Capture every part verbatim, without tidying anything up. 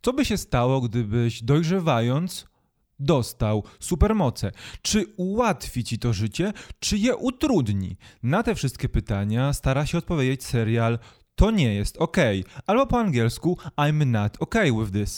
Co by się stało, gdybyś dojrzewając dostał supermoce? Czy ułatwi ci to życie, czy je utrudni? Na te wszystkie pytania stara się odpowiedzieć serial To nie jest okej, albo po angielsku I'm not okay with this.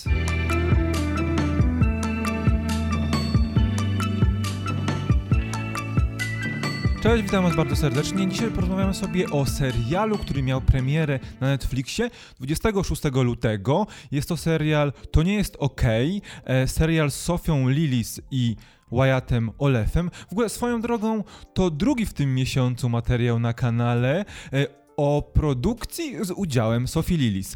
Cześć, witam was bardzo serdecznie. Dzisiaj porozmawiamy sobie o serialu, który miał premierę na Netflixie dwudziestego szóstego lutego. Jest to serial To nie jest okej, e, serial z Sofią Lillis i Wyattem Olefem. W ogóle swoją drogą to drugi w tym miesiącu materiał na kanale e, o produkcji z udziałem Sofii Lillis.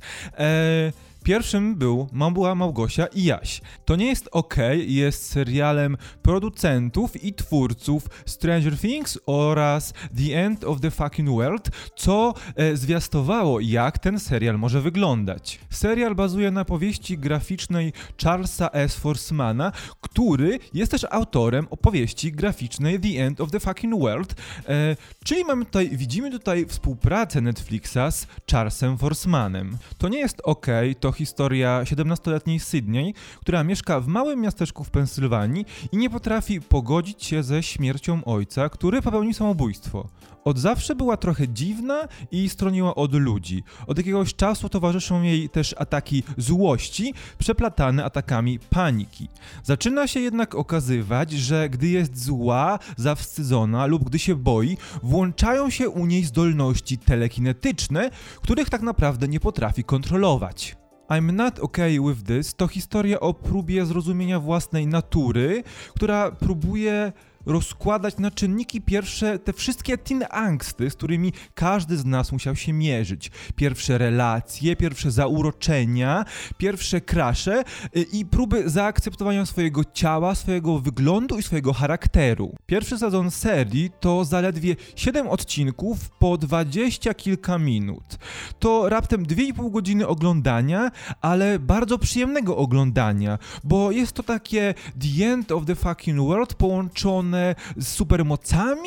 E, Pierwszym był była Małgosia i Jaś. To nie jest okej, jest serialem producentów i twórców Stranger Things oraz The End of the Fucking World, co e, zwiastowało, jak ten serial może wyglądać. Serial bazuje na powieści graficznej Charlesa S. Forsmana, który jest też autorem opowieści graficznej The End of the Fucking World, e, czyli mamy tutaj, widzimy tutaj współpracę Netflixa z Charlesem Forsmanem. To nie jest okej, to historia siedemnastoletniej Sydney, która mieszka w małym miasteczku w Pensylwanii i nie potrafi pogodzić się ze śmiercią ojca, który popełnił samobójstwo. Od zawsze była trochę dziwna i stroniła od ludzi. Od jakiegoś czasu towarzyszą jej też ataki złości, przeplatane atakami paniki. Zaczyna się jednak okazywać, że gdy jest zła, zawstydzona lub gdy się boi, włączają się u niej zdolności telekinetyczne, których tak naprawdę nie potrafi kontrolować. I'm not okay with this to historia o próbie zrozumienia własnej natury, która próbuje rozkładać na czynniki pierwsze te wszystkie teen angsty, z którymi każdy z nas musiał się mierzyć. Pierwsze relacje, pierwsze zauroczenia, pierwsze crushe i próby zaakceptowania swojego ciała, swojego wyglądu i swojego charakteru. Pierwszy sezon serii to zaledwie siedem odcinków po dwadzieścia kilka minut. To raptem dwie i pół godziny oglądania, ale bardzo przyjemnego oglądania, bo jest to takie The End of the Fucking World połączone z supermocami,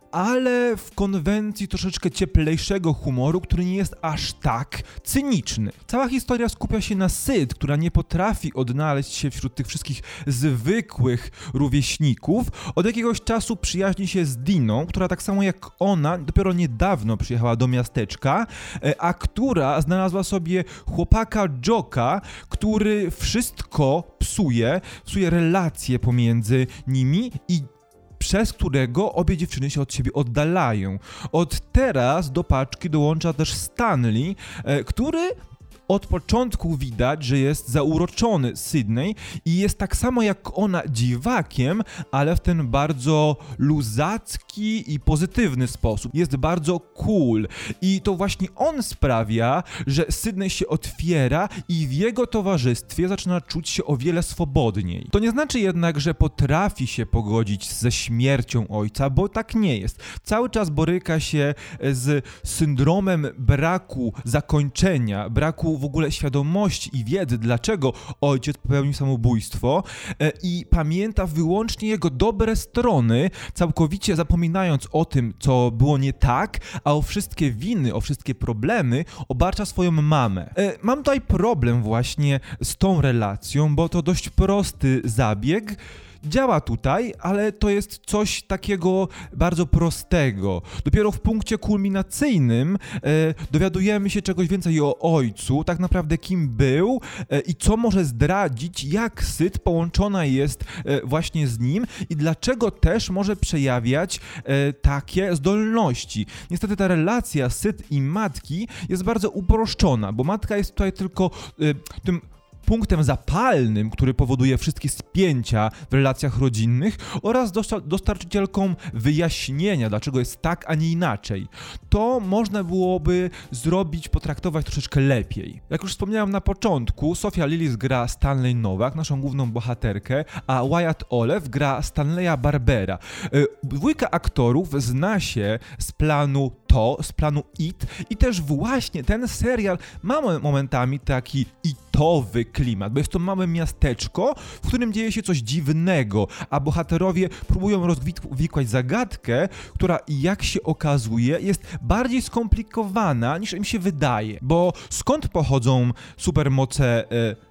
ale w konwencji troszeczkę cieplejszego humoru, który nie jest aż tak cyniczny. Cała historia skupia się na Syd, która nie potrafi odnaleźć się wśród tych wszystkich zwykłych rówieśników. Od jakiegoś czasu przyjaźni się z Diną, która tak samo jak ona dopiero niedawno przyjechała do miasteczka, a która znalazła sobie chłopaka Joka, który wszystko psuje, psuje relacje pomiędzy nimi i przez którego obie dziewczyny się od siebie oddalają. Od teraz do paczki dołącza też Stanley, e, który od początku widać, że jest zauroczony Sydney i jest tak samo jak ona dziwakiem, ale w ten bardzo luzacki i pozytywny sposób. Jest bardzo cool i to właśnie on sprawia, że Sydney się otwiera i w jego towarzystwie zaczyna czuć się o wiele swobodniej. To nie znaczy jednak, że potrafi się pogodzić ze śmiercią ojca, bo tak nie jest. Cały czas boryka się z syndromem braku zakończenia, braku w ogóle świadomości i wiedzy, dlaczego ojciec popełnił samobójstwo e, i pamięta wyłącznie jego dobre strony, całkowicie zapominając o tym, co było nie tak, a o wszystkie winy, o wszystkie problemy obarcza swoją mamę. E, mam tutaj problem właśnie z tą relacją, bo to dość prosty zabieg. Działa tutaj, ale to jest coś takiego bardzo prostego. Dopiero w punkcie kulminacyjnym e, dowiadujemy się czegoś więcej o ojcu, tak naprawdę kim był e, i co może zdradzić, jak Syd połączona jest e, właśnie z nim i dlaczego też może przejawiać e, takie zdolności. Niestety ta relacja Syd i matki jest bardzo uproszczona, bo matka jest tutaj tylko e, tym punktem zapalnym, który powoduje wszystkie spięcia w relacjach rodzinnych oraz dostarczycielką wyjaśnienia, dlaczego jest tak, a nie inaczej. To można byłoby zrobić, potraktować troszeczkę lepiej. Jak już wspomniałem na początku, Sofia Lillis gra Stanley Nowak, naszą główną bohaterkę, a Wyatt Olef gra Stanleya Barbera. Dwójka aktorów zna się z planu To, z planu It i też właśnie ten serial ma momentami taki itowy klimat, bo jest to małe miasteczko, w którym dzieje się coś dziwnego, a bohaterowie próbują rozwikłać zagadkę, która, jak się okazuje, jest bardziej skomplikowana niż im się wydaje, bo skąd pochodzą supermoce e,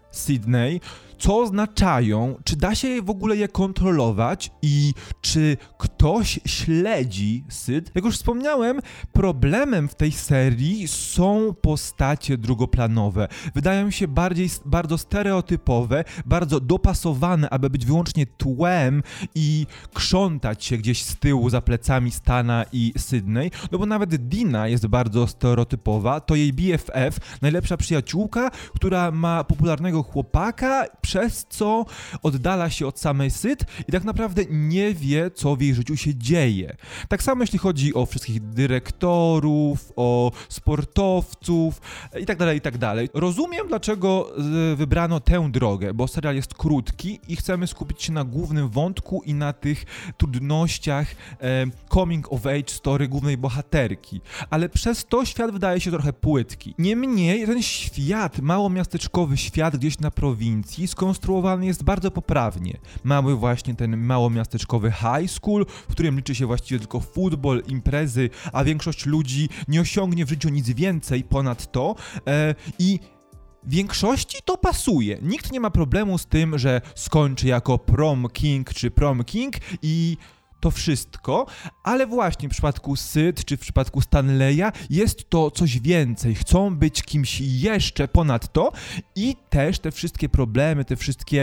Sydney, co oznaczają, czy da się w ogóle je kontrolować i czy ktoś śledzi Syd. Jak już wspomniałem, problemem w tej serii są postacie drugoplanowe. Wydają się bardziej, bardzo stereotypowe, bardzo dopasowane, aby być wyłącznie tłem i krzątać się gdzieś z tyłu za plecami Stana i Sydney, no bo nawet Dina jest bardzo stereotypowa, to jej B F F, najlepsza przyjaciółka, która ma popularnego chłopaka, przez co oddala się od samej Syd i tak naprawdę nie wie, co w jej życiu się dzieje. Tak samo jeśli chodzi o wszystkich dyrektorów, o sportowców i tak dalej, i tak dalej. Rozumiem, dlaczego wybrano tę drogę, bo serial jest krótki i chcemy skupić się na głównym wątku i na tych trudnościach e, coming of age story głównej bohaterki. Ale przez to świat wydaje się trochę płytki. Niemniej ten świat, małomiasteczkowy świat gdzieś na prowincji, skonstruowany jest bardzo poprawnie. Mamy właśnie ten małomiasteczkowy high school, w którym liczy się właściwie tylko futbol, imprezy, a większość ludzi nie osiągnie w życiu nic więcej ponad to e, i w większości to pasuje. Nikt nie ma problemu z tym, że skończy jako prom king czy prom king i to wszystko, ale właśnie w przypadku Syd czy w przypadku Stanleya jest to coś więcej. Chcą być kimś jeszcze ponad to i też te wszystkie problemy, te wszystkie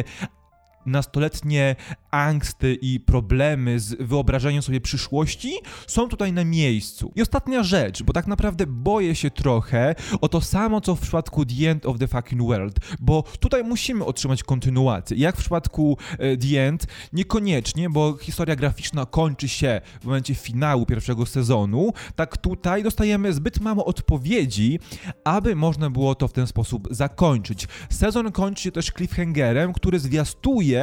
nastoletnie angsty i problemy z wyobrażeniem sobie przyszłości są tutaj na miejscu. I ostatnia rzecz, bo tak naprawdę boję się trochę o to samo, co w przypadku The End of the Fucking World, bo tutaj musimy otrzymać kontynuację. Jak w przypadku e, The End, niekoniecznie, bo historia graficzna kończy się w momencie finału pierwszego sezonu, tak tutaj dostajemy zbyt mało odpowiedzi, aby można było to w ten sposób zakończyć. Sezon kończy się też cliffhangerem, który zwiastuje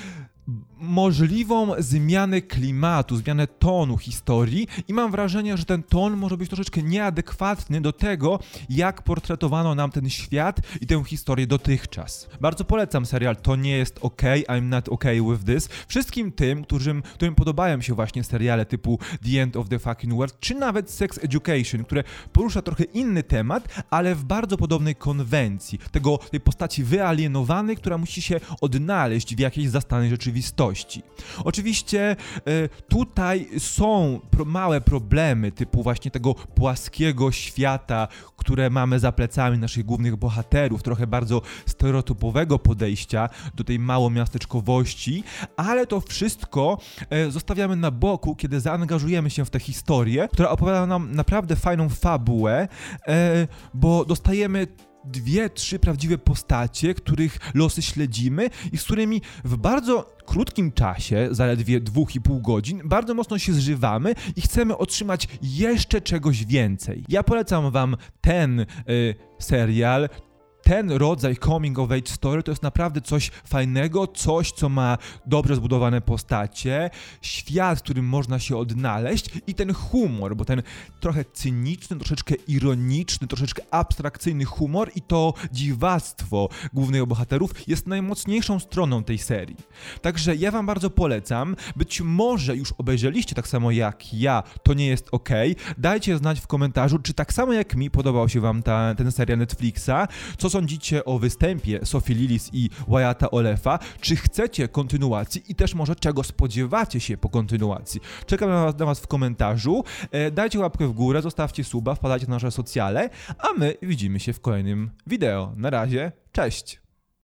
możliwą zmianę klimatu, zmianę tonu historii i mam wrażenie, że ten ton może być troszeczkę nieadekwatny do tego, jak portretowano nam ten świat i tę historię dotychczas. Bardzo polecam serial To nie jest OK, I'm not okay with this. Wszystkim tym, którym, którym podobają się właśnie seriale typu The End of the Fucking World, czy nawet Sex Education, które porusza trochę inny temat, ale w bardzo podobnej konwencji. Tego, tej postaci wyalienowanej, która musi się odnaleźć w jakiejś zastanej rzeczywistości. Oczywiście e, tutaj są pro, małe problemy typu właśnie tego płaskiego świata, które mamy za plecami naszych głównych bohaterów, trochę bardzo stereotypowego podejścia do tej małomiasteczkowości, ale to wszystko e, zostawiamy na boku, kiedy zaangażujemy się w tę historię, która opowiada nam naprawdę fajną fabułę, e, bo dostajemy dwie, trzy prawdziwe postacie, których losy śledzimy i z którymi w bardzo krótkim czasie, zaledwie dwóch i pół godzin, bardzo mocno się zżywamy i chcemy otrzymać jeszcze czegoś więcej. Ja polecam wam ten y, serial. Ten rodzaj coming of age story to jest naprawdę coś fajnego, coś, co ma dobrze zbudowane postacie, świat, w którym można się odnaleźć i ten humor, bo ten trochę cyniczny, troszeczkę ironiczny, troszeczkę abstrakcyjny humor i to dziwactwo głównych bohaterów jest najmocniejszą stroną tej serii. Także ja wam bardzo polecam, być może już obejrzeliście tak samo jak ja, To nie jest OK. Dajcie znać w komentarzu, czy tak samo jak mi podobał się wam ta, ten serial Netflixa, co sądzicie o występie Sophie Lillis i Wyatta Oleffa? Czy chcecie kontynuacji i też może czego spodziewacie się po kontynuacji? Czekam na was, na was w komentarzu. E, dajcie łapkę w górę, zostawcie suba, wpadajcie na nasze socjale, a my widzimy się w kolejnym wideo. Na razie, cześć!